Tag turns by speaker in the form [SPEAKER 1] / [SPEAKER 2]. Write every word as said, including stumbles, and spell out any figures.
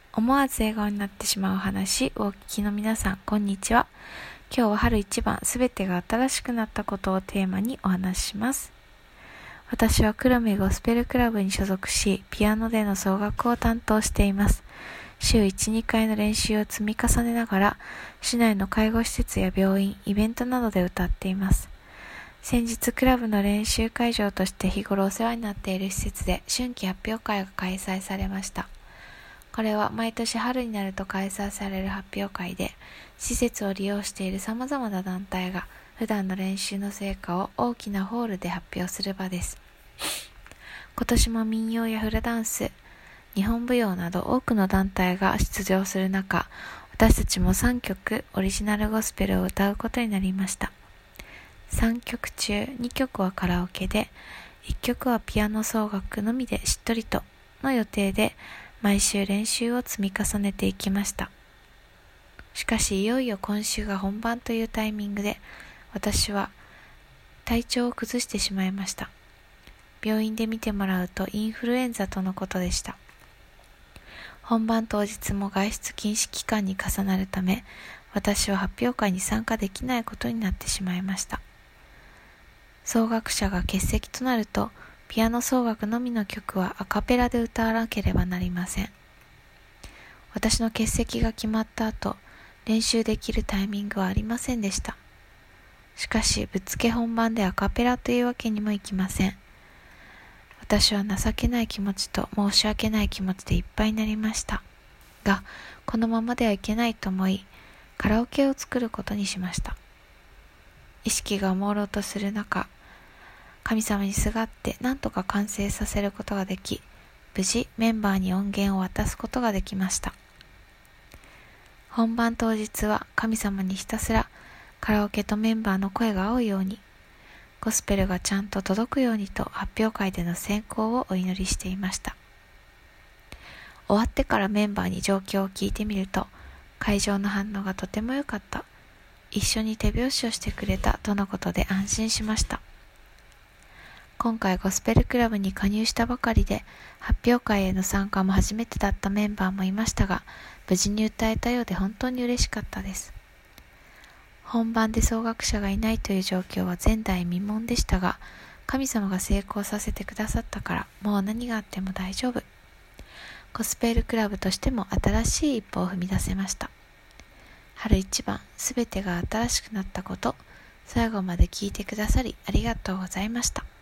[SPEAKER 1] 思わず笑顔になってしまう話をお聞きの皆さん、こんにちは。今日は春一番、すべてが新しくなったことをテーマにお話しします。私は黒目ゴスペルクラブに所属し、ピアノでの奏楽を担当しています。週いち、にかいの練習を積み重ねながら、市内の介護施設や病院、イベントなどで歌っています。先日クラブの練習会場として日頃お世話になっている施設で春季発表会が開催されました。これは毎年春になると開催される発表会で、施設を利用している様々な団体が普段の練習の成果を大きなホールで発表する場です。今年も民謡やフラダンス、日本舞踊など多くの団体が出場する中、私たちもさんきょくオリジナルゴスペルを歌うことになりました。さんきょく中にきょくはカラオケで、いっきょくはピアノ奏楽のみでしっとりとの予定で毎週練習を積み重ねていきました。しかしいよいよ今週が本番というタイミングで、私は体調を崩してしまいました。病院で見てもらうとインフルエンザとのことでした。本番当日も外出禁止期間に重なるため、私は発表会に参加できないことになってしまいました。奏楽者が欠席となると、ピアノ奏楽のみの曲はアカペラで歌わなければなりません。私の欠席が決まった後、練習できるタイミングはありませんでした。しかし、ぶっつけ本番でアカペラというわけにもいきません。私は情けない気持ちと申し訳ない気持ちでいっぱいになりました。が、このままではいけないと思い、カラオケを作ることにしました。意識が朦朧とする中、神様にすがって何とか完成させることができ、無事メンバーに音源を渡すことができました。本番当日は神様にひたすらカラオケとメンバーの声が合うように、ゴスペルがちゃんと届くようにと発表会での成功をお祈りしていました。終わってからメンバーに状況を聞いてみると、会場の反応がとても良かった。一緒に手拍子をしてくれたとのことで安心しました。今回ゴスペルクラブに加入したばかりで、発表会への参加も初めてだったメンバーもいましたが、無事に歌えたようで本当に嬉しかったです。本番で奏楽者がいないという状況は前代未聞でしたが、神様が成功させてくださったから、もう何があっても大丈夫。ゴスペルクラブとしても新しい一歩を踏み出せました。春一番、すべてが新しくなったこと、最後まで聞いてくださりありがとうございました。